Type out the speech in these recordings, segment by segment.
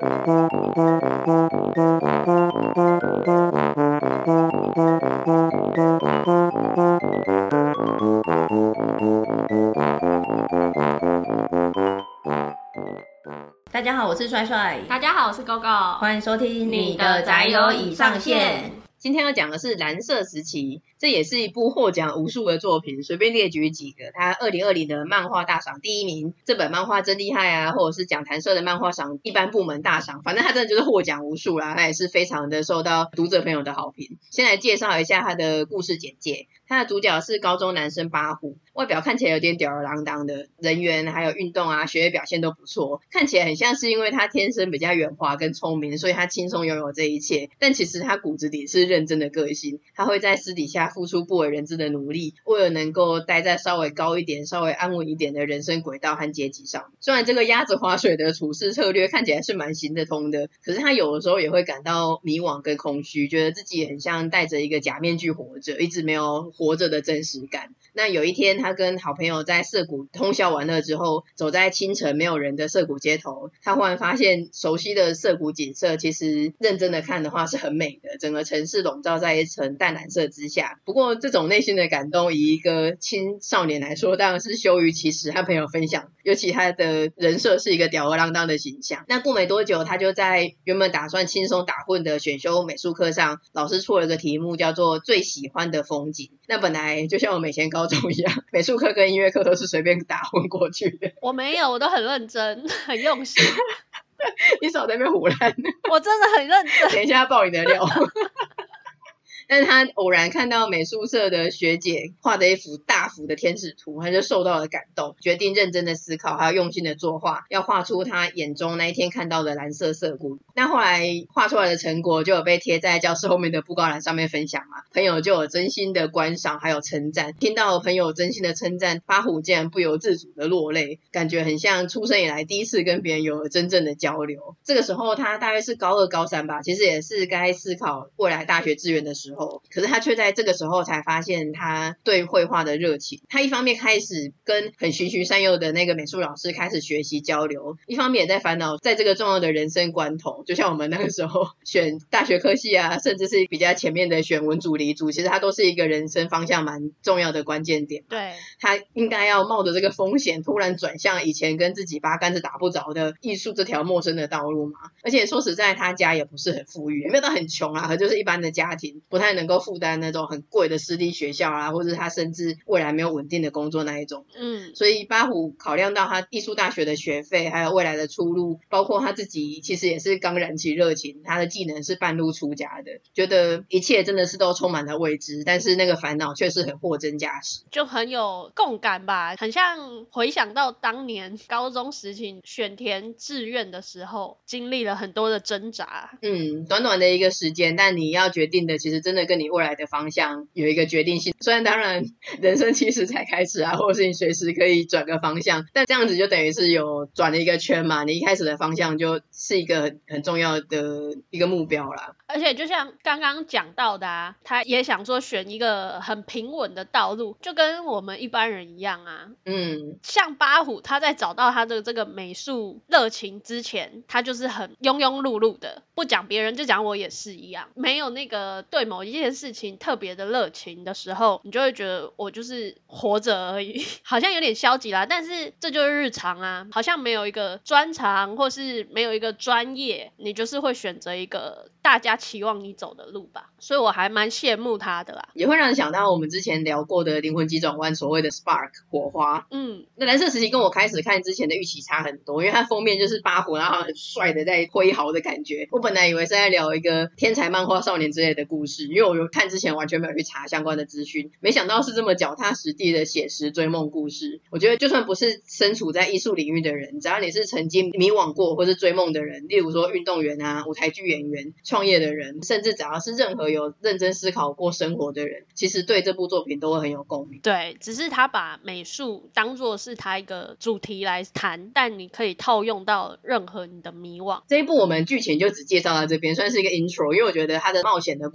大家好，我是帅帅。 大家好，我是 GoGo。 欢迎收听你的宅友已上线。 今天要讲的是蓝色时期，这也是一部获奖无数的作品，随便列举几个。它2020的漫画大赏第1名，这本漫画真厉害啊，或者是讲谈社的漫画赏一般部门大赏，反正它真的就是获奖无数啦，它也是非常的受到读者朋友的好评。先来介绍一下它的故事简介。它的主角是高中男生八虎，外表看起来有点吊儿郎当的，人缘还有运动啊，学业表现都不错，看起来很像是因为他天生比较圆滑跟聪明，所以他轻松拥有这一切。但其实他骨子里是认真的个性，他会在私底下付出不为人知的努力，为了能够待在稍微高一点、稍微安稳一点的人生轨道和阶级上。虽然这个鸭子划水的处事策略看起来是蛮行得通的，可是他有的时候也会感到迷惘跟空虚，觉得自己很像戴着一个假面具活着，一直没有活着的真实感。那有一天他跟好朋友在涩谷通宵玩乐之后，走在清晨没有人的涩谷街头，他忽然发现熟悉的涩谷景色其实认真的看的话是很美的，整个城市笼罩在一层淡蓝色之下。不过这种内心的感动以一个青少年来说当然是羞于启齿和朋友分享，尤其他的人设是一个吊儿郎当的形象。那过没多久他就在原本打算轻松打混的选修美术课上，老师出了个题目叫做最喜欢的风景。那本来就像我们以前高中一样，美术课跟音乐课都是随便打混过去的。 我没有，我都很认真很用心。 你少在那边胡乱。 我真的很认真。 等一下爆你的料。但是他偶然看到美术社的学姐画的一幅大幅的天使图，他就受到了感动，决定认真的思考还有用心的作画，要画出他眼中那一天看到的蓝色涩谷。那后来画出来的成果就有被贴在教室后面的布告栏上面分享嘛，朋友就有真心的观赏还有称赞。听到朋友真心的称赞，八虎竟然不由自主的落泪，感觉很像出生以来第一次跟别人有了真正的交流。这个时候他大约是高2高3吧，其实也是该思考未来大学志愿的时候，可是他却在这个时候才发现他对绘画的热情。他一方面开始跟很循循善诱的那个美术老师开始学习交流，一方面也在烦恼在这个重要的人生关头，就像我们那个时候选大学科系啊，甚至是比较前面的选文组理组，其实它都是一个人生方向蛮重要的关键点。 对， 他应该要冒着这个风险突然转向以前跟自己八竿子打不着的艺术这条陌生的道路嘛。而且说实在他家也不是很富裕，也没有到很穷啊，可就是一般的家庭，不太能够负担那种很贵的私立学校啊，或者他甚至未来没有稳定的工作那一种。所以八虎考量到他艺术大学的学费还有未来的出路，包括他自己其实也是刚燃起热情，他的技能是半路出家的，觉得一切真的是都充满了未知，但是那个烦恼却是很货真价实， 就很有共感吧，很像回想到当年高中时期选填志愿的时候经历了很多的挣扎。 短短的一个时间，但你要决定的其实真的跟你未来的方向有一个决定性。虽然当然人生其实才开始啊，或者是你随时可以转个方向，但这样子就等于是有转了一个圈嘛，你一开始的方向就是一个很重要的一个目标啦。 而且就像刚刚讲到的啊，他也想说选一个很平稳的道路，就跟我们一般人一样啊。像八虎他在找到他的这个美术热情之前，他就是很庸庸碌碌的，不讲别人就讲我也是一样，没有那个对某一件事情特别的热情的时候，你就会觉得我就是活着而已，好像有点消极啦。但是这就是日常啊，好像没有一个专长或是没有一个专业，你就是会选择一个大家期望你走的路吧。所以我还蛮羡慕他的啦， 也会让人想到我们之前聊过的灵魂急转弯，所谓的 spark 火花。那蓝色时期跟我开始看之前的预期差很多，因为它封面就是八虎然后很帅的在挥毫的感觉，我本来以为是在聊一个天才漫画少年之类的故事，因为我有看之前完全没有去查相关的资讯，没想到是这么脚踏实地的写实追梦故事。我觉得就算不是身处在艺术领域的人，只要你是曾经迷惘过或是追梦的人，例如说运动员啊、舞台剧演员、创业的人，甚至只要是任何有认真思考过生活的人，其实对这部作品都会很有共鸣。 对，只是他把美术当作是他一个主题来谈，但你可以套用到任何你的迷惘。 这一部我们剧情就只介绍到这边，算是一个 intro， 因为我觉得他的冒险的过程啊，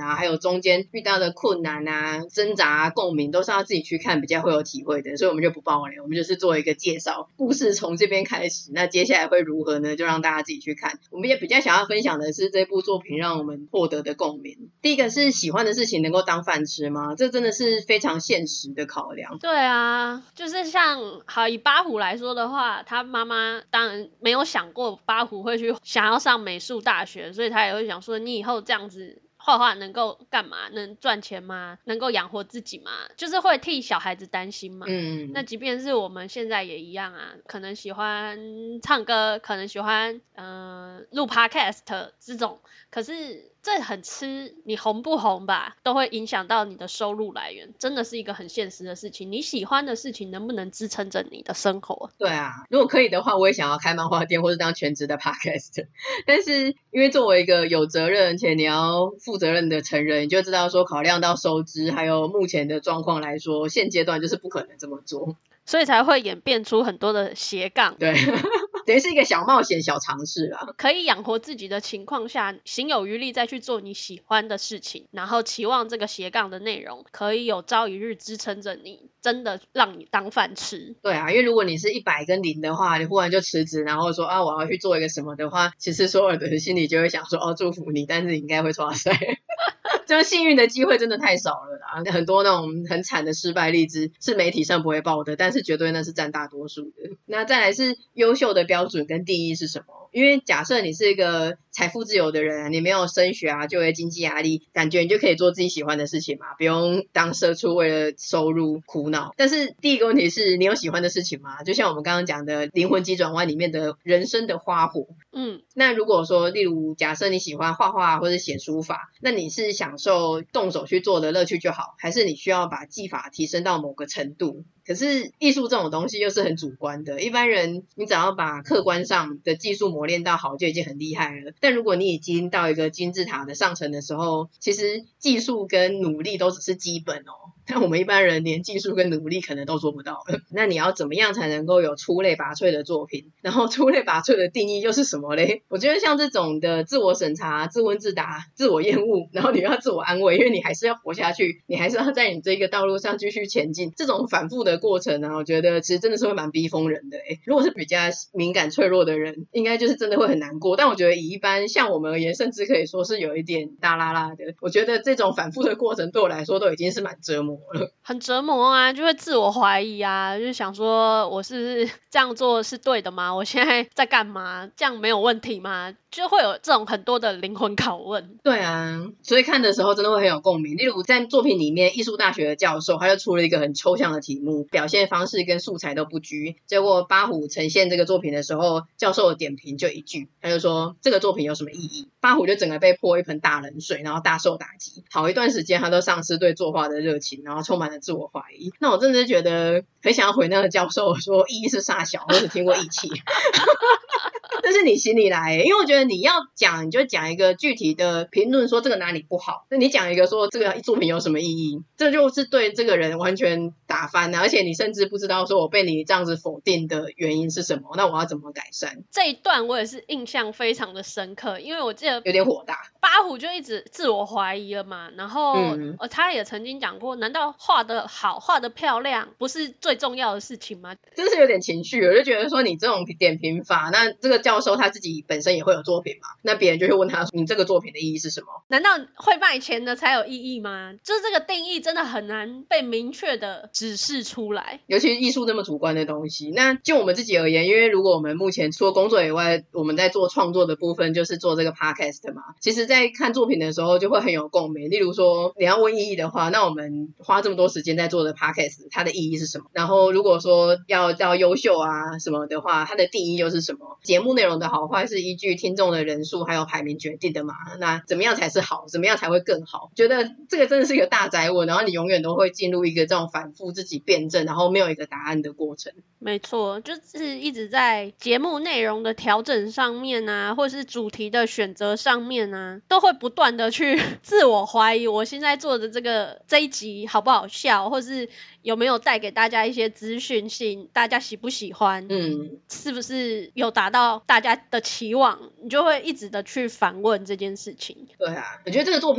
啊，还有中间遇到的困难啊、挣扎啊、共鸣，都是要自己去看比较会有体会的，所以我们就不爆雷，我们就是做一个介绍，故事从这边开始，那接下来会如何呢？就让大家自己去看。我们也比较想要分享的是这部作品让我们获得的共鸣。第一个是喜欢的事情能够当饭吃吗？这真的是非常现实的考量。 对啊，就是像好以八虎来说的话，他妈妈当然没有想过八虎会去想要上美术大学，所以他也会想说你以后这样子画画能够干嘛？能赚钱吗？能够养活自己吗？就是会替小孩子担心嘛。那即便是我们现在也一样啊，可能喜欢唱歌，可能喜欢录 podcast 这种，可是这很吃你红不红吧，都会影响到你的收入来源，真的是一个很现实的事情。你喜欢的事情能不能支撑着你的生活？ 对啊，如果可以的话，我也想要开漫画店或是当全职的 podcast。但是因为作为一个有责任且你要负责任的成人，你就知道说考量到收支还有目前的状况来说，现阶段就是不可能这么做， 所以才会演变出很多的斜杠。 对。等于是一个小冒险、小尝试啦。 可以养活自己的情况下，行有余力再去做你喜欢的事情，然后期望这个斜杠的内容可以有朝一日支撑着你，真的让你当饭吃。 对啊，因为如果你是100跟0的话，你忽然就辞职，然后说啊我要去做一个什么的话，其实所有人心里就会想说哦祝福你，但是你应该会挫赛。就是幸运的机会真的太少了啦，很多那种很惨的失败例子是媒体上不会报的，但是绝对那是占大多数的。那再来是优秀的标准跟定义是什么？因为假设你是一个财富自由的人，你没有升学啊就业经济压力，感觉你就可以做自己喜欢的事情嘛，不用当社畜为了收入苦恼。但是第一个问题是你有喜欢的事情吗？就像我们刚刚讲的灵魂急转弯里面的人生的花火。那如果说例如假设你喜欢画画或者写书法，那你是享受动手去做的乐趣就好，还是你需要把技法提升到某个程度？可是艺术这种东西又是很主观的，一般人你只要把客观上的技术磨练到好就已经很厉害了，但如果你已经到一个金字塔的上层的时候，其实技术跟努力都只是基本哦，但我们一般人连技术跟努力可能都做不到了。那你要怎么样才能够有出类拔萃的作品？然后出类拔萃的定义又是什么嘞？我觉得像这种的自我审查、自问自答、自我厌恶，然后你要自我安慰，因为你还是要活下去，你还是要在你这个道路上继续前进，这种反复的过程呢，我觉得其实真的是会蛮逼疯人的。如果是比较敏感脆弱的人，应该就是真的会很难过，但我觉得以一般像我们而言，甚至可以说是有一点大拉拉的。我觉得这种反复的过程对我来说都已经是蛮折磨了， 很折磨啊，就会自我怀疑啊，就想说我是不是这样做是对的吗？我现在在干嘛？这样没有问题吗？就会有这种很多的灵魂拷问。 对啊，所以看的时候真的会很有共鸣。例如在作品里面，艺术大学的教授他就出了一个很抽象的题目，表现方式跟素材都不拘，结果八虎呈现这个作品的时候，教授的点评就一句，他就说这个作品有什么意义？八虎就整个被泼一盆大冷水，然后大受打击，好一段时间他都丧失对作画的热情，然后充满了自我怀疑。那我真的觉得很想要回那个教授说意义是啥小，我只听过义气。这是你心里来，因为我觉得你要讲你就讲一个具体的评论说这个哪里不好，那你讲一个说这个作品有什么意义，这就是对这个人完全打翻了，而且你甚至不知道说我被你这样子否定的原因是什么，那我要怎么改善。 这一段我也是印象非常的深刻，因为我记得有点火大， 八虎就一直自我怀疑了嘛，然后他也曾经讲过，难道画得好画得漂亮不是最重要的事情吗？ 真是有点情绪，我就觉得说你这种点评法，那这个教授他自己本身也会有作品嘛，那别人就会问他说你这个作品的意义是什么？ 难道会卖钱的才有意义吗？就是这个定义真的很难被明确的指示出来， 尤其是艺术那么主观的东西。那就我们自己而言，因为如果我们目前除了工作以外，我们在做创作的部分就是做这个 podcast 嘛，其实在看作品的时候就会很有共鸣。例如说你要问意义的话，那我们花这么多时间在做的 podcast 它的意义是什么？然后如果说要优秀啊什么的话，它的定义又是什么？节目内容的好坏是依据听众的人数还有排名决定的嘛，那怎么样才是好，怎么样才会更好？觉得这个真的是一个大哉问，然后你永远都会进入一个这种反复自己辩证，然后没有一个答案的过程。 没错，就是一直在节目内容的调整上面啊，或是主题的选择上面啊，都会不断的去自我怀疑，我现在做的这一集好不好笑，或是有没有带给大家一些资讯性，大家喜不喜欢，是不是有达到大家的期望，你就会一直的去反问这件事情。 对啊，我觉得这个作品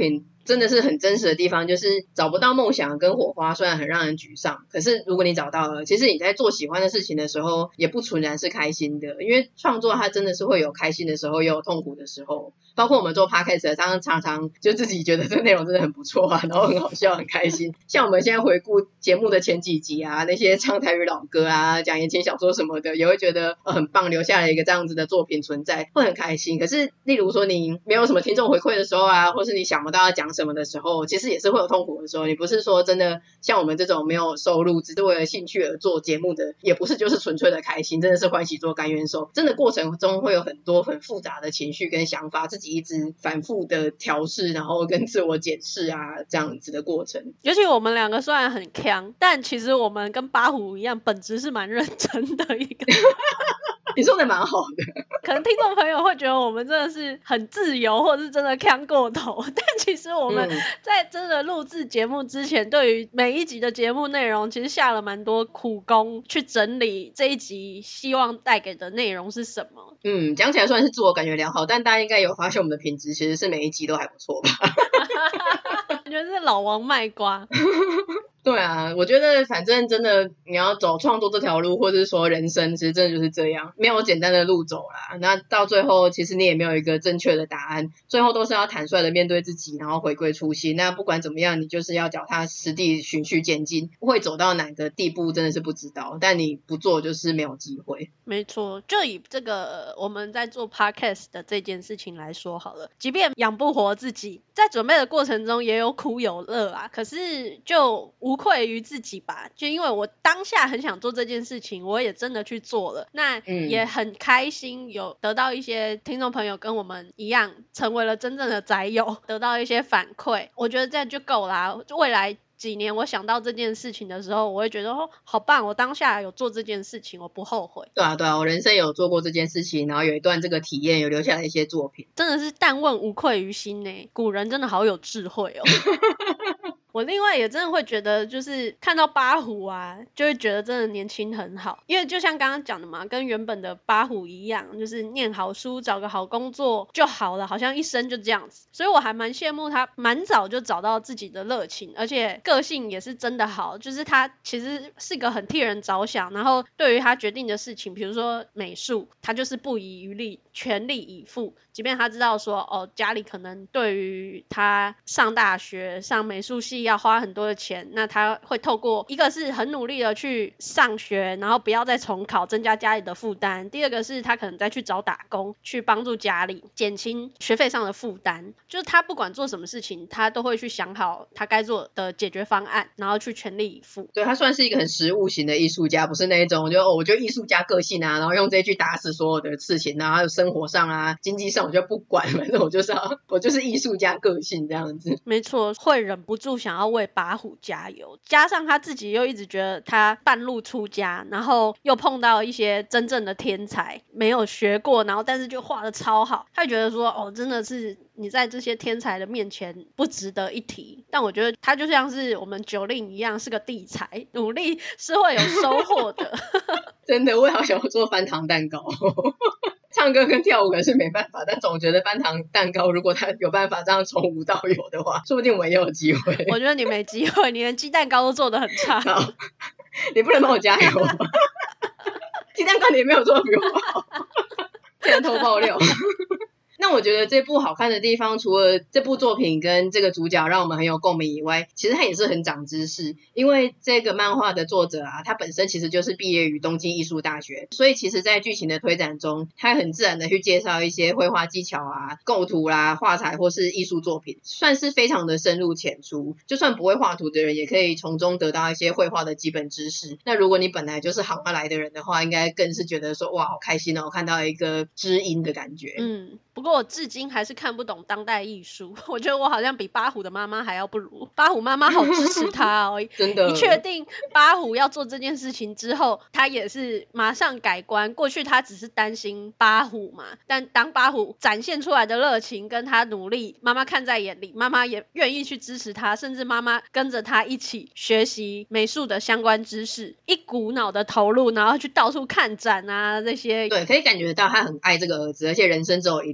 真的是很真实的地方，就是找不到梦想跟火花虽然很让人沮丧，可是如果你找到了，其实你在做喜欢的事情的时候也不纯然是开心的，因为创作它真的是会有开心的时候也有痛苦的时候，包括我们做 podcast 常常就自己觉得这个内容真的很不错啊，然后很好笑很开心，像我们现在回顾节目的前几集啊，那些唱台语老歌啊讲言情小说什么的，也会觉得很棒，留下了一个这样子的作品存在，会很开心。可是例如说你没有什么听众回馈的时候啊，或是你想不到要讲什么的时候，其实也是会有痛苦的时候，你不是说真的像我们这种没有收入只是为了兴趣而做节目的，也不是就是纯粹的开心，真的是欢喜做甘愿受，真的过程中会有很多很复杂的情绪跟想法，自己一直反复的调试，然后跟自我检视啊这样子的过程。 尤其我们两个虽然很强，但其实我们跟八虎一样本质是蛮认真的一个你说的蛮好的， 可能听众朋友会觉得我们真的是很自由，或者是真的强过头，但其实我们在真的录制节目之前，对于每一集的节目内容其实下了蛮多苦功去整理这一集希望带给的内容是什么。 讲起来算是自我感觉良好，但大家应该有发现我们的品质其实是每一集都还不错吧我觉得是老王卖瓜对啊，我觉得反正真的你要走创作这条路，或者是说人生，其实真的就是这样，没有简单的路走啦。那到最后其实你也没有一个正确的答案，最后都是要坦率的面对自己，然后回归初心。那不管怎么样，你就是要脚踏实地循序渐进，会走到哪个地步真的是不知道，但你不做就是没有机会。 没错，就以这个我们在做 podcast 的这件事情来说好了，即便养不活自己，在准备的过程中也有苦有乐啊，可是就无愧于自己吧，就因为我当下很想做这件事情，我也真的去做了，那也很开心有得到一些听众朋友跟我们一样成为了真正的宅友，得到一些反馈，我觉得这样就够啦。未来几年我想到这件事情的时候，我会觉得好棒，我当下有做这件事情，我不后悔。 对啊，我人生有做过这件事情，然后有一段这个体验，有留下来一些作品， 真的是但问无愧于心耶，古人真的好有智慧哦我另外也真的会觉得，就是看到八虎啊，就会觉得真的年轻很好，因为就像刚刚讲的嘛，跟原本的八虎一样，就是念好书，找个好工作就好了，好像一生就这样子。所以我还蛮羡慕他，蛮早就找到自己的热情，而且个性也是真的好，就是他其实是个很替人着想，然后对于他决定的事情，比如说美术，他就是不遗余力，全力以赴，即便他知道说家里可能对于他上大学上美术系要花很多的钱，那他会透过一个是很努力的去上学，然后不要再重考增加家里的负担，第二个是他可能再去找打工去帮助家里减轻学费上的负担，就是他不管做什么事情他都会去想好他该做的解决方案，然后去全力以赴。 对，他算是一个很实务型的艺术家，不是那一种我就艺术家个性啊，然后用这句打死所有的事情啊，还有生活上啊经济上我就不管，反正我就是艺术家个性这样子。 没错，会忍不住想要为八虎加油，加上他自己又一直觉得他半路出家，然后又碰到一些真正的天才，没有学过，然后但是就画得超好，他觉得说真的是你在这些天才的面前不值得一提。但我觉得他就像是我们九令一样，是个地才，努力是会有收获的真的，我也好想要做翻糖蛋糕唱歌跟跳舞可是没办法，但总觉得翻糖蛋糕如果他有办法这样从无到有的话，说不定我也有机会。 我觉得你没机会，你连鸡蛋糕都做得很差。 好，你不能帮我加油吗鸡蛋糕你也没有做得比我好片头爆料那我觉得这部好看的地方，除了这部作品跟这个主角让我们很有共鸣以外，其实它也是很长知识。因为这个漫画的作者啊，他本身其实就是毕业于东京艺术大学，所以其实在剧情的推展中，他很自然的去介绍一些绘画技巧啊、构图啦、画材或是艺术作品，算是非常的深入浅出。就算不会画图的人，也可以从中得到一些绘画的基本知识。那如果你本来就是行而来的人的话，应该更是觉得说哇，好开心哦，看到一个知音的感觉。 不过我至今还是看不懂当代艺术，我觉得我好像比八虎的妈妈还要不如。八虎妈妈好支持他哦真的。 你确定八虎要做这件事情之后，他也是马上改观？过去他只是担心八虎嘛，但当八虎展现出来的热情跟他努力，妈妈看在眼里，妈妈也愿意去支持他，甚至妈妈跟着他一起学习美术的相关知识，一股脑的投入，然后去到处看展啊这些。 对，可以感觉到他很爱这个儿子，而且人生只有一次，他本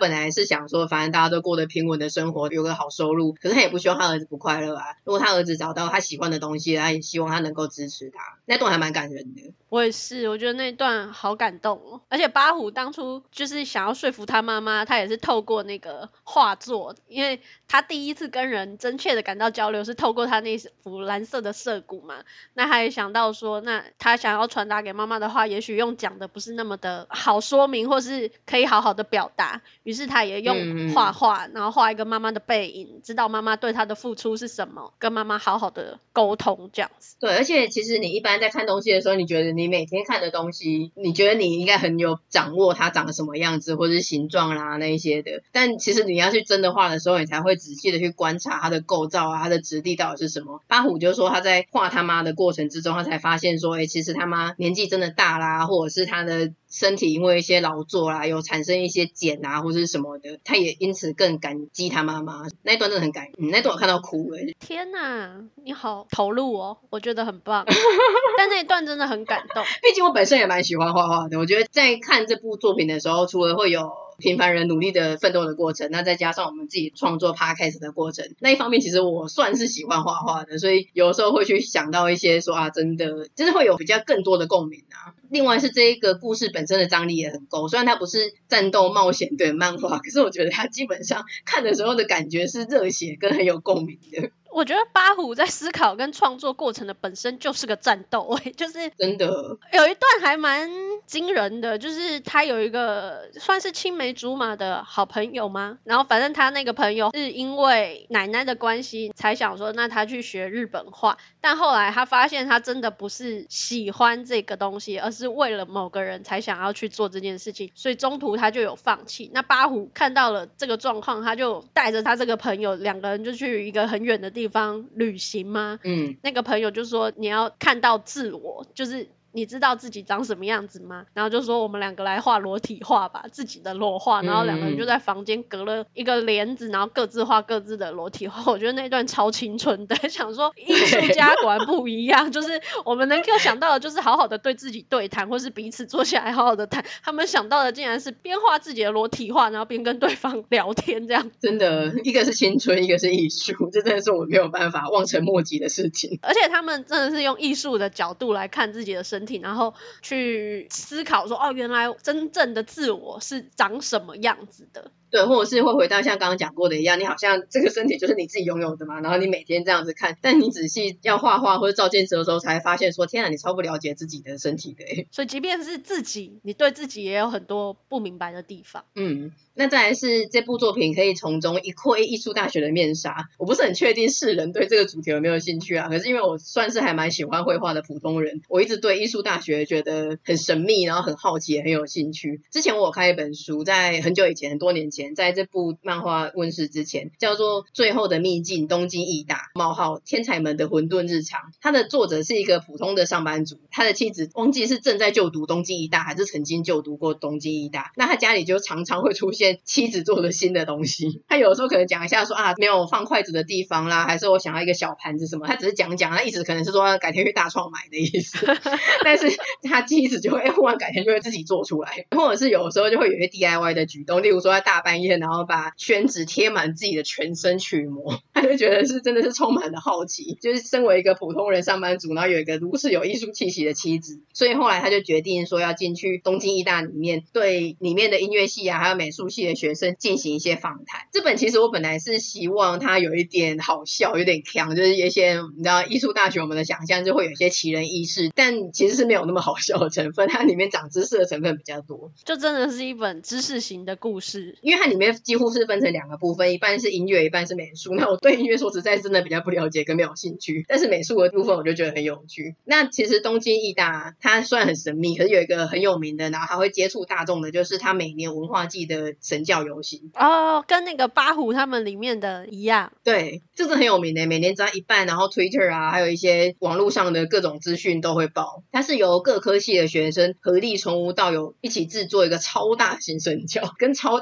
本来是想说反正大家都过得平稳的生活，有个好收入，可是他也不希望他儿子不快乐啊。如果他儿子找到他喜欢的东西，他也希望他能够支持他，那段还蛮感人的。 我也是，我觉得那段好感动哦。而且八虎当初就是想要说服他妈妈，他也是透过那个画作，因为他第一次跟人真切的感到交流是透过他那幅蓝色的涩谷嘛，那他也想到说，那他想要传达给妈妈的话，也许用讲的不是那么的好说明，或是可以好好的表达，于是他也用画画，然后画一个妈妈的背影，知道妈妈对他的付出是什么，跟妈妈好好的沟通这样子。 对，而且其实你一般在看东西的时候，你觉得你每天看的东西，你觉得你应该很有掌握它长什么样子或者是形状啦那一些的，但其实你要去真的画的时候，你才会仔细的去观察它的构造啊，它的质地到底是什么。八虎就说他在画他妈的过程之中，他才发现说其实他妈年纪真的大啦，或者是他的身体因为一些劳作啦有产生一些茧啊或者是什么的，他也因此更感激他妈妈。那一段真的很感人，那段我看到哭了。 天哪，你好投入哦，我觉得很棒但那一段真的很感动。 毕竟我本身也蛮喜欢画画的，我觉得在看这部作品的时候，除了会有平凡人努力的奋斗的过程，那再加上我们自己创作 podcast 的过程，那一方面其实我算是喜欢画画的，所以有时候会去想到一些说真的就是会有比较更多的共鸣啊。另外是这一个故事本身的张力也很够，虽然它不是战斗冒险的漫画，可是我觉得它基本上看的时候的感觉是热血跟很有共鸣的。 我觉得八虎在思考跟创作过程的本身就是个战斗就是真的有一段还蛮惊人的，就是他有一个算是青梅竹马的好朋友吗，然后反正他那个朋友是因为奶奶的关系才想说那他去学日本画，但后来他发现他真的不是喜欢这个东西，而是为了某个人才想要去做这件事情，所以中途他就有放弃。那八虎看到了这个状况，他就带着他这个朋友两个人就去一个很远的地方旅行吗？那个朋友就说你要看到自我，就是你知道自己长什么样子吗？然后就说我们两个来画裸体画吧，自己的裸画，然后两个人就在房间隔了一个帘子，然后各自画各自的裸体画。我觉得那段超青春的，想说艺术家果然不一样，就是我们能够想到的就是好好的对自己对谈，或是彼此坐下来好好的谈，他们想到的竟然是边画自己的裸体画，然后边跟对方聊天这样。 真的，一个是青春，一个是艺术，这真的是我没有办法望尘莫及的事情。 而且他们真的是用艺术的角度来看自己的身体，然后去思考说原来真正的自我是长什么样子的。 对，或者是会回到像刚刚讲过的一样，你好像这个身体就是你自己拥有的嘛，然后你每天这样子看，但你仔细要画画或者照镜子的时候才发现说天啊，你超不了解自己的身体的所以即便是自己，你对自己也有很多不明白的地方。 那再来是这部作品可以从中一窥艺术大学的面纱。我不是很确定世人对这个主题有没有兴趣啊，可是因为我算是还蛮喜欢绘画的普通人，我一直对艺术大学觉得很神秘，然后很好奇也很有兴趣。之前我有看一本书，在很久以前很多年前，在这部漫画问世之前，叫做《最后的秘境：东京艺大：天才们的混沌日常》。它的作者是一个普通的上班族，他的妻子忘记是正在就读东京艺大还是曾经就读过东京艺大，那他家里就常常会出现妻子做的新的东西。他有的时候可能讲一下说没有放筷子的地方啦，还是我想要一个小盘子什么，他只是讲他意思可能是说改天去大创买的意思但是他妻子就会忽然改天就会自己做出来，或者是有的时候就会有一些 DIY 的举动，例如说在大半夜然后把宣纸贴满自己的全身去膜，他就觉得是真的是充满了好奇，就是身为一个普通人上班族，然后有一个如此有艺术气息的妻子，所以后来他就决定说要进去东京艺大里面，对里面的音乐系还有美术系的学生进行一些访谈。这本其实我本来是希望它有一点好笑，有点鏘，就是一些你知道艺术大学我们的想象就会有一些奇人异事，但其实是没有那么好笑的成分，它里面长知识的成分比较多， 就真的是一本知识型的故事。 因为它里面几乎是分成两个部分，一半是音乐，一半是美术。那我对音乐说实在真的比较不了解跟没有兴趣，但是美术的部分我就觉得很有趣。那其实东京艺大它虽然很神秘，可是有一个很有名的，然后它会接触大众的，就是它每年文化季的神教游行。 跟那个八虎他们里面的一样。 对，这是很有名的，每年只要一办，然后 Twitter 还有一些网络上的各种资讯都会报。它是由各科系的学生合力从无到有一起制作一个超大型神教跟超大型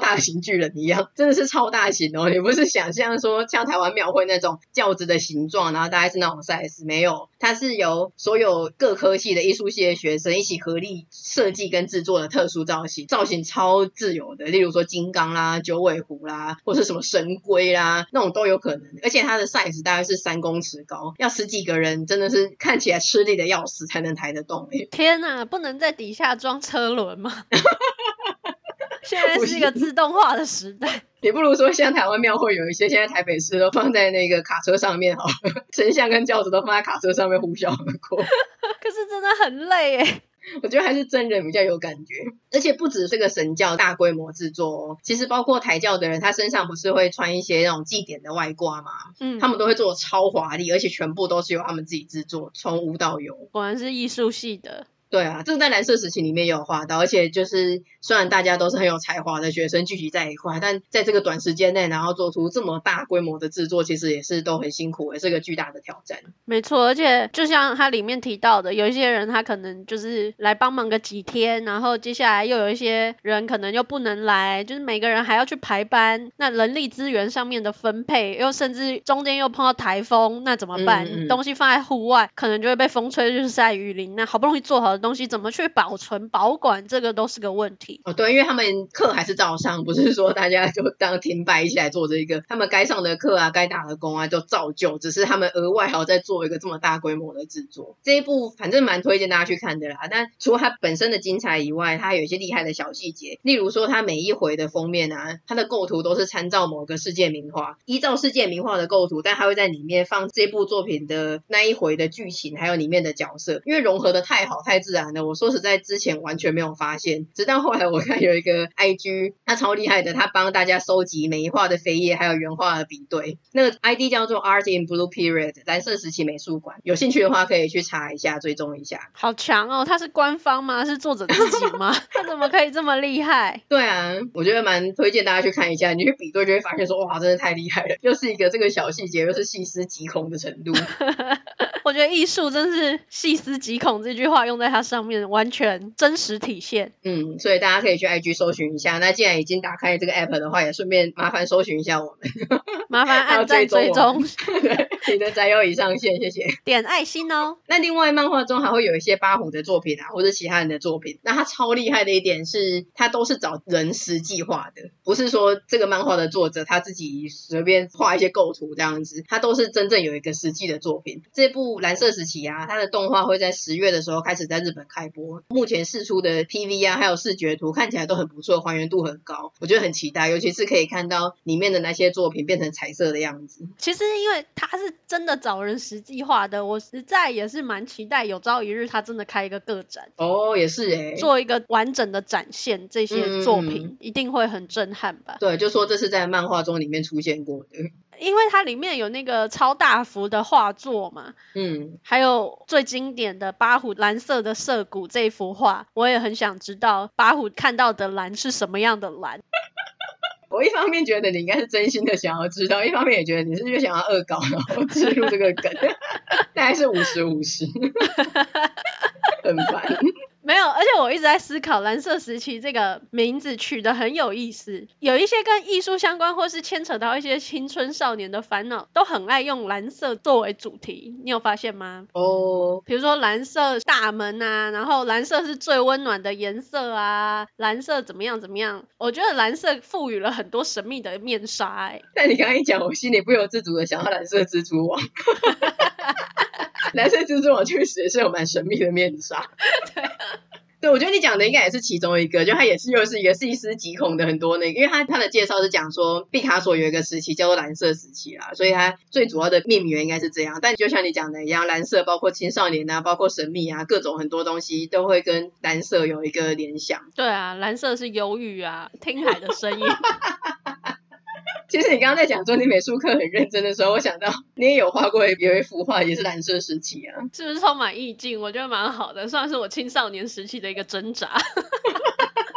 巨人一样，真的是超大型哦。你不是想象说像台湾庙会那种轿子的形状，然后大概是那种 size， 没有，它是由所有各科系的艺术系的学生一起合力设计跟制作的特殊造型，造型超自由的，例如说金刚啦、九尾狐啦，或是什么神龟啦，那种都有可能。而且它的 size 大概是3公尺高，要10几个人真的是看起来吃力的要死才能抬得动。 天哪，不能在底下装车轮吗？现在是一个自动化的时代。 你不如说像台湾庙会有一些现在台北市都放在那个卡车上面好了，神像跟轿子都放在卡车上面呼啸而过。 可是真的很累耶。 我觉得还是真人比较有感觉，而且不止这个神教大规模制作哦，其实包括抬轿的人，他身上不是会穿一些那种祭典的外挂吗？他们都会做超华丽，而且全部都是由他们自己制作，从无到有。 果然是艺术系的。 对啊，这个在蓝色时期里面也有画到，而且就是虽然大家都是很有才华的学生聚集在一块，但在这个短时间内然后做出这么大规模的制作，其实也是都很辛苦，也是个巨大的挑战。 没错，而且就像它里面提到的，有一些人他可能就是来帮忙个几天，然后接下来又有一些人可能又不能来，就是每个人还要去排班，那人力资源上面的分配，又甚至中间又碰到台风，那怎么办？东西放在户外可能就会被风吹日晒雨淋，那好不容易做好的东西怎么去保存保管，这个都是个问题。 对，因为他们课还是照上，不是说大家就当停摆一起来做这个，他们该上的课啊该打的工啊就照旧，只是他们额外还要再做一个这么大规模的制作。这一部反正蛮推荐大家去看的啦，但除了它本身的精彩以外，它还有一些厉害的小细节，例如说它每一回的封面啊，它的构图都是参照某个世界名画，依照世界名画的构图，但它会在里面放这部作品的那一回的剧情还有里面的角色，因为融合的太好太自然了，我说实在之前完全没有发现，直到后来我看有一个 IG 他超厉害的，他帮大家收集美画的扉页还有原画的比对，那个 ID 叫做 Art in Blue Period 蓝色时期美术馆，有兴趣的话可以去查一下追踪一下。 好强哦，他是官方吗？是作者自己吗？他怎么可以这么厉害？ 对啊，我觉得蛮推荐大家去看一下，你去比对就会发现说哇真的太厉害了，又是一个这个小细节又是细思极恐的程度。 我觉得艺术真是细思极恐这句话用在它上面完全真实体现。 所以大家可以去 IG 搜寻一下，那既然已经打开这个 app 的话，也顺便麻烦搜寻一下我们， 麻烦按赞追踪。 对，你的宅友已上线，谢谢。 点爱心哦。 那另外漫画中还会有一些八虎的作品啊，或者其他人的作品，那他超厉害的一点是他都是找人实际画的，不是说这个漫画的作者他自己随便画一些构图这样子，他都是真正有一个实际的作品。这部蓝色时期啊，它的动画会在10月的时候开始在日本开播，目前释出的 PV 啊还有视觉图看起来都很不错，还原度很高，我觉得很期待，尤其是可以看到里面的那些作品变成彩色的样子。 其实因为他是真的找人实际画的，我实在也是蛮期待有朝一日他真的开一个个展哦，也是耶， 做一个完整的展现，这些作品一定会很震撼吧。 对，就说这是在漫画中里面出现过的， 因为它里面有那个超大幅的画作嘛，还有最经典的八虎蓝色的涩谷这一幅画，我也很想知道八虎看到的蓝是什么样的蓝。 我一方面觉得你应该是真心的想要知道，一方面也觉得你是不是想要恶搞然后植入这个梗，大概是50-50，很烦。 没有，而且我一直在思考蓝色时期这个名字取得很有意思，有一些跟艺术相关或是牵扯到一些青春少年的烦恼都很爱用蓝色作为主题，你有发现吗？比如说蓝色大门啊，然后蓝色是最温暖的颜色啊，蓝色怎么样怎么样，我觉得蓝色赋予了很多神秘的面纱但你刚刚一讲，我心里不由自主的想到蓝色蜘蛛网。蓝色蜘蛛网确实也是有蛮神秘的面纱。对，我觉得你讲的应该也是其中一个，就它也是又是一个细思极恐的很多那个，因为它的介绍是讲说毕卡索有一个时期叫做蓝色时期啦，所以它最主要的命名源应该是这样，但就像你讲的一样，蓝色包括青少年啊，包括神秘啊，各种很多东西都会跟蓝色有一个联想。 对啊，蓝色是忧郁啊，听海的声音。 其实你刚刚在讲说你美术课很认真的时候，我想到你也有画过有一幅画也是蓝色时期啊， 是不是充满意境？我觉得蛮好的，算是我青少年时期的一个挣扎。 好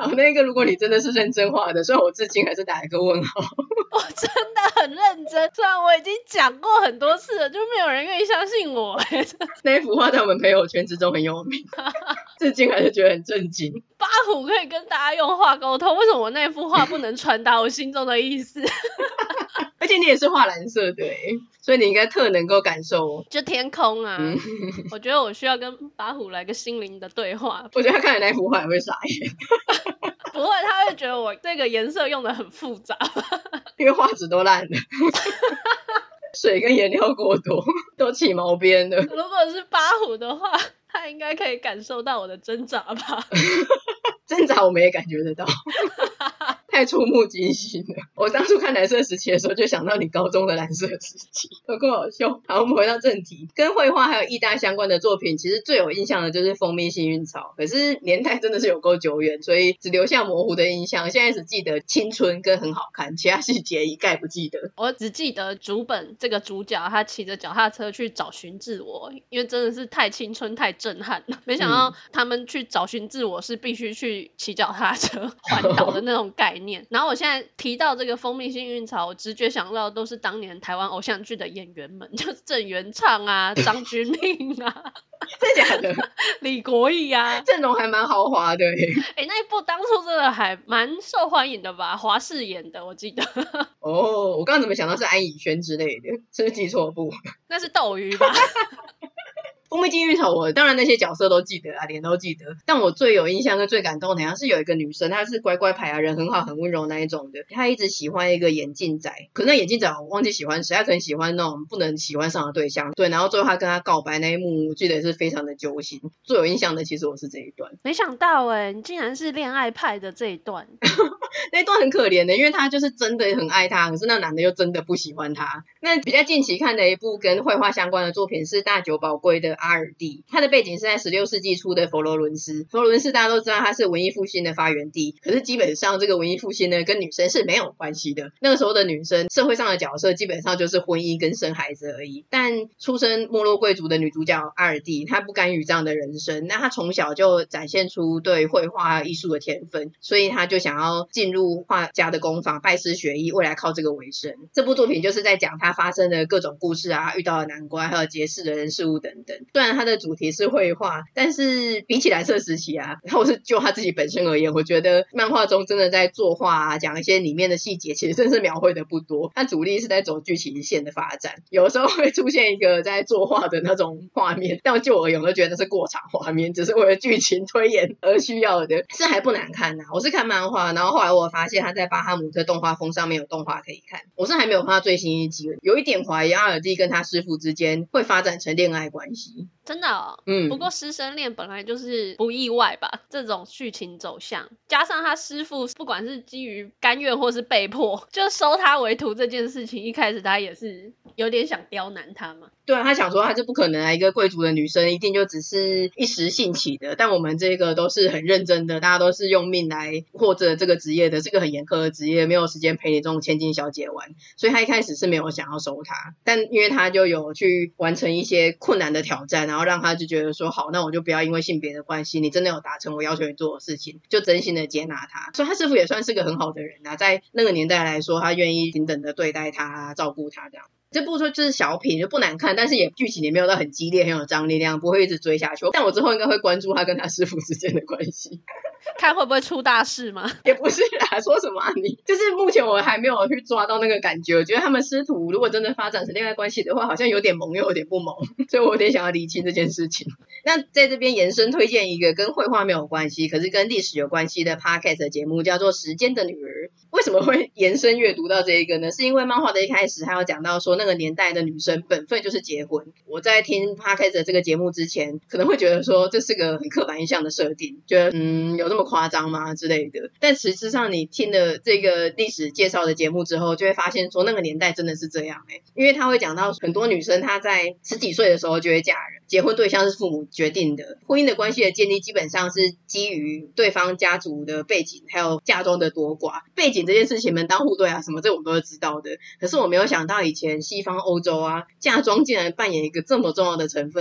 那个如果你真的是认真画的，虽然我至今还是打一个问号。 我真的很认真，虽然我已经讲过很多次了，就没有人愿意相信我。 那一幅画在我们朋友圈之中很有名，至今还是觉得很震惊。 八虎可以跟大家用画沟通，为什么我那幅画不能传达我心中的意思？ 而且你也是画蓝色的所以你应该特能够感受就天空啊。我觉得我需要跟八虎来个心灵的对话。 我觉得他看了那幅画也会傻眼。 不会，他会觉得我这个颜色用的很复杂。 因为画纸都烂了。水跟颜料过多都起毛边了。 如果是八虎的话，他应该可以感受到我的挣扎吧。 挣扎我们也感觉得到。太触目惊心了。我当初看蓝色时期的时候就想到你高中的蓝色时期，有够好笑。好，我们回到正题，跟绘画还有艺大相关的作品，其实最有印象的就是蜂蜜幸运草，可是年代真的是有够久远，所以只留下模糊的印象，现在只记得青春跟很好看，其他细节一概不记得。 我只记得主本这个主角他骑着脚踏车去找寻自我，因为真的是太青春太震撼了。没想到他们去找寻自我是必须去骑脚踏车环岛的那种概念。然后我现在提到这个蜂蜜幸运草，我直觉想到的都是当年台湾偶像剧的演员们，就是郑元畅啊、张钧甯啊。 真的假的？ 李国毅啊， 阵容还蛮豪华的那一部当初真的还蛮受欢迎的吧，华视演的我记得。 我刚刚怎么想到是安以轩之类的，是不是记错部？ 那是斗鱼吧。 蜂蜜幸运草我当然那些角色都记得脸都记得，但我最有印象跟最感动的好像是有一个女生，她是乖乖牌人很好很温柔那一种的，她一直喜欢一个眼镜仔，可是那眼镜仔我忘记喜欢谁，她可能喜欢那种不能喜欢上的对象，对，然后最后她跟他告白那一幕我记得是非常的揪心。最有印象的其实我是这一段。 没想到你竟然是恋爱派的这一段。 那一段很可怜的，因为他就是真的很爱他，可是那男的又真的不喜欢他。那比较近期看的一部跟绘画相关的作品是大久保圭的阿尔蒂，它的背景是在16世纪初的佛罗伦斯。佛罗伦斯大家都知道它是文艺复兴的发源地，可是基本上这个文艺复兴呢跟女生是没有关系的。那个时候的女生社会上的角色基本上就是婚姻跟生孩子而已。但出身没落贵族的女主角阿尔蒂，她不甘于这样的人生，那她从小就展现出对绘画艺术的天分，所以她就想要进入画家的工坊拜师学艺，未来靠这个为生。这部作品就是在讲她发生的各种故事啊，遇到的难关，还有结识的人事物等等。虽然它的主题是绘画，但是比起蓝色时期啊，然后是就他自己本身而言，我觉得漫画中真的在作画啊，讲一些里面的细节，其实真是描绘的不多。它主力是在走剧情线的发展，有时候会出现一个在作画的那种画面，但就我而言，我就觉得那是过场画面，只是为了剧情推演而需要的，是还不难看啊。我是看漫画，然后后来我发现他在巴哈姆特动画风上面有动画可以看，我是还没有看到最新一集，有一点怀疑阿尔蒂跟他师傅之间会发展成恋爱关系。 真的不过师生恋本来就是不意外吧，这种剧情走向，加上他师傅不管是基于甘愿或是被迫就收他为徒这件事情，一开始他也是有点想刁难他嘛。 对啊，他想说他是不可能一个贵族的女生一定就只是一时兴起的，但我们这个都是很认真的，大家都是用命来获得这个职业的，这个很严苛的职业，没有时间陪你这种千金小姐玩，所以他一开始是没有想要收他，但因为他就有去完成一些困难的挑战，然后让他就觉得说好，那我就不要因为性别的关系，你真的有达成我要求你做的事情，就真心的接纳他。所以他师傅也算是个很好的人啊，在那个年代来说，他愿意平等的对待他，照顾他这样。这部就是小品，就不难看，但是也剧情也没有到很激烈很有张力那样，不会一直追下去。但我之后应该会关注他跟他师傅之间的关系， 看会不会出大事吗？ 也不是啦，说什么你就是目前我还没有去抓到那个感觉，我觉得他们师徒如果真的发展成恋爱关系的话，好像有点萌又有点不萌，所以我有点想要厘清这件事情。那在这边延伸推荐一个跟绘画没有关系可是跟历史有关系的 podcast 的节目，叫做时间的女儿。为什么会延伸阅读到这一个呢？是因为漫画的一开始还有讲到说那个年代的女生本分就是结婚。我在听 podcast 的这个节目之前可能会觉得说这是个很刻板印象的设定，觉得有这么夸张吗之类的，但实质上你听了这个历史介绍的节目之后，就会发现说那个年代真的是这样因为他会讲到很多女生她在10几岁的时候就会嫁人，结婚对象是父母决定的，婚姻的关系的建立基本上是基于对方家族的背景还有嫁妆的多寡。背景这件事情门当户对啊什么这我们都是知道的，可是我没有想到以前西方欧洲啊，嫁妆竟然扮演一个这么重要的成分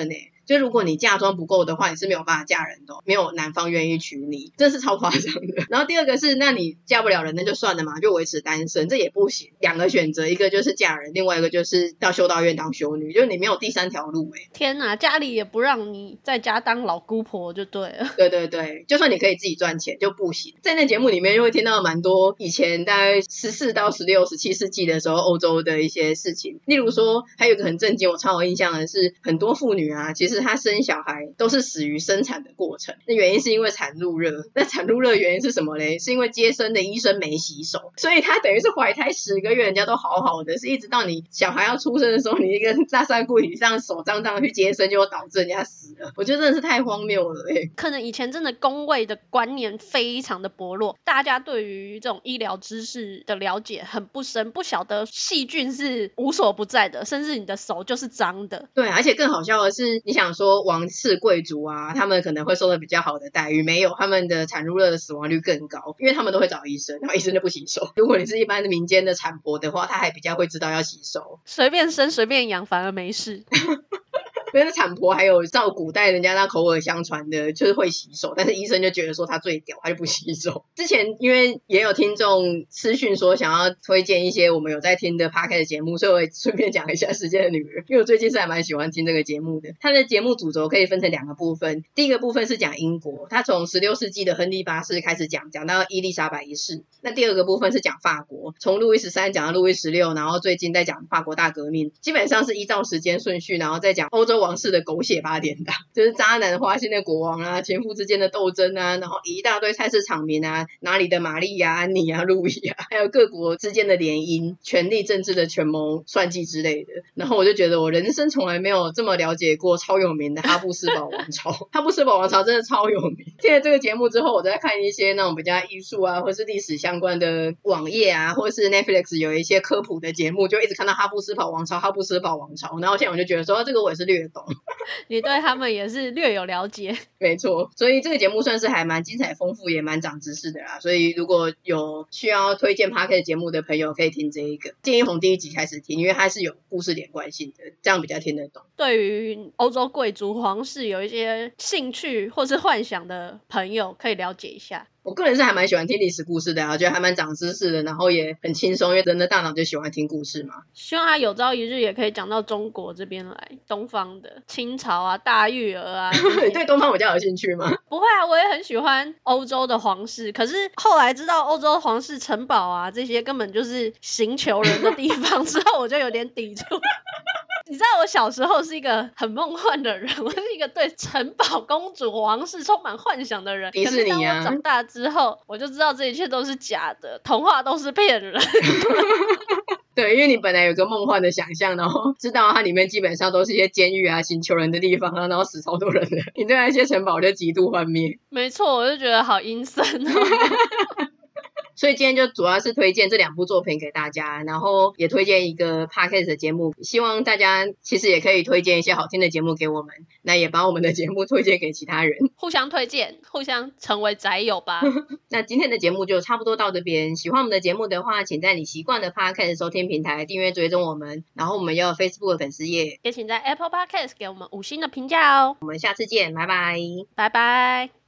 就如果你嫁妆不够的话，你是没有办法嫁人的，没有男方愿意娶你，这是超夸张的。然后第二个是，那你嫁不了人那就算了嘛，就维持单身，这也不行。2个选择，一个就是嫁人，另外一个就是到修道院当修女，就是你没有第3条路天哪，家里也不让你在家当老姑婆就对了。 对对对，就算你可以自己赚钱就不行。在那节目里面就会听到蛮多以前大概14到16、17世纪的时候欧洲的一些事情，例如说还有一个很震惊我超有印象的是，很多妇女啊，其实她生小孩都是死于生产的过程，那原因是因为产褥热。那产褥热的原因是什么嘞？是因为接生的医生没洗手，所以她等于是怀胎10个月人家都好好的，是一直到你小孩要出生的时候，你一个大山顾以上手脏脏去接生，就导致人家死了。我觉得真的是太荒谬了可能以前真的公卫的观念非常的薄弱，大家对于这种医疗知识的了解很不深，不晓得细菌是无所不在的，甚至你的手就是脏的。 对，而且更好笑的是，你想说王室贵族啊，他们可能会受到比较好的待遇，没有，他们的产褥热的死亡率更高，因为他们都会找医生，然后医生就不洗手。如果你是一般的民间的产婆的话，他还比较会知道要洗手， 随便生随便养反而没事。 因为产婆还有照古代人家那口耳相传的就是会洗手，但是医生就觉得说他最屌，他就不洗手。之前因为也有听众私讯说想要推荐一些我们有在听的 podcast 的节目，所以我也顺便讲一下时间的女儿，因为我最近是还蛮喜欢听这个节目的。他的节目主轴可以分成2个部分，第一个部分是讲英国，他从16世纪的亨利8世开始讲到伊丽莎白1世。那第二个部分是讲法国，从路易13讲到路易16，然后最近在讲法国大革命，基本上是依照时间顺序，然后再讲欧洲王室的狗血8点档，就是渣男花心的国王啊，前夫之间的斗争啊，然后一大堆菜市场名啊，哪里的玛丽呀、安妮啊、路易啊，还有各国之间的联姻、权力政治的权谋算计之类的。然后我就觉得我人生从来没有这么了解过超有名的哈布斯堡王朝。哈布斯堡王朝真的超有名。听了这个节目之后，我在看一些那种比较艺术啊或是历史相关的网页啊，或是 Netflix 有一些科普的节目，就一直看到哈布斯堡王朝，哈布斯堡王朝，然后现在我就觉得说这个我也是略懂。 你对他们也是略有了解。 没错，所以这个节目算是还蛮精彩丰富，也蛮长知识的啦。所以如果有需要推荐 podcast 节目的朋友，可以听这一个，建议从第1集开始听，因为它是有故事连贯性的，这样比较听得懂。 对于欧洲贵族皇室有一些兴趣或是幻想的朋友，可以了解一下。 我个人是还蛮喜欢听历史故事的啊，觉得还蛮长知识的，然后也很轻松，因为人的大脑就喜欢听故事嘛。 希望他有朝一日也可以讲到中国这边来，东方的清朝啊、大玉儿啊。 你对东方比较有兴趣吗？ 不会啊，我也很喜欢欧洲的皇室，可是后来知道欧洲皇室城堡啊这些根本就是刑求人的地方之后，我就有点抵触。你知道我小时候是一个很梦幻的人，我是一个对城堡、公主、王室充满幻想的人。 迪士尼啊！ 可是当我长大之后，我就知道这一切都是假的，童话都是骗人。 对，因为你本来有个梦幻的想象，然后知道它里面基本上都是一些监狱啊、刑求人的地方啊，然后死超多人的，你对那些城堡就极度幻灭。 没错，我就觉得好阴森哦。 所以今天就主要是推荐这2部作品给大家，然后也推荐一个 podcast 的节目，希望大家其实也可以推荐一些好听的节目给我们，那也把我们的节目推荐给其他人， 互相推荐，互相成为宅友吧。 那今天的节目就差不多到这边，喜欢我们的节目的话，请在你习惯的 podcast 收听平台订阅追踪我们，然后我们也有 Facebook 粉丝页， 也请在 Apple Podcast 给我们5星的评价哦。 我们下次见，拜拜， 拜拜。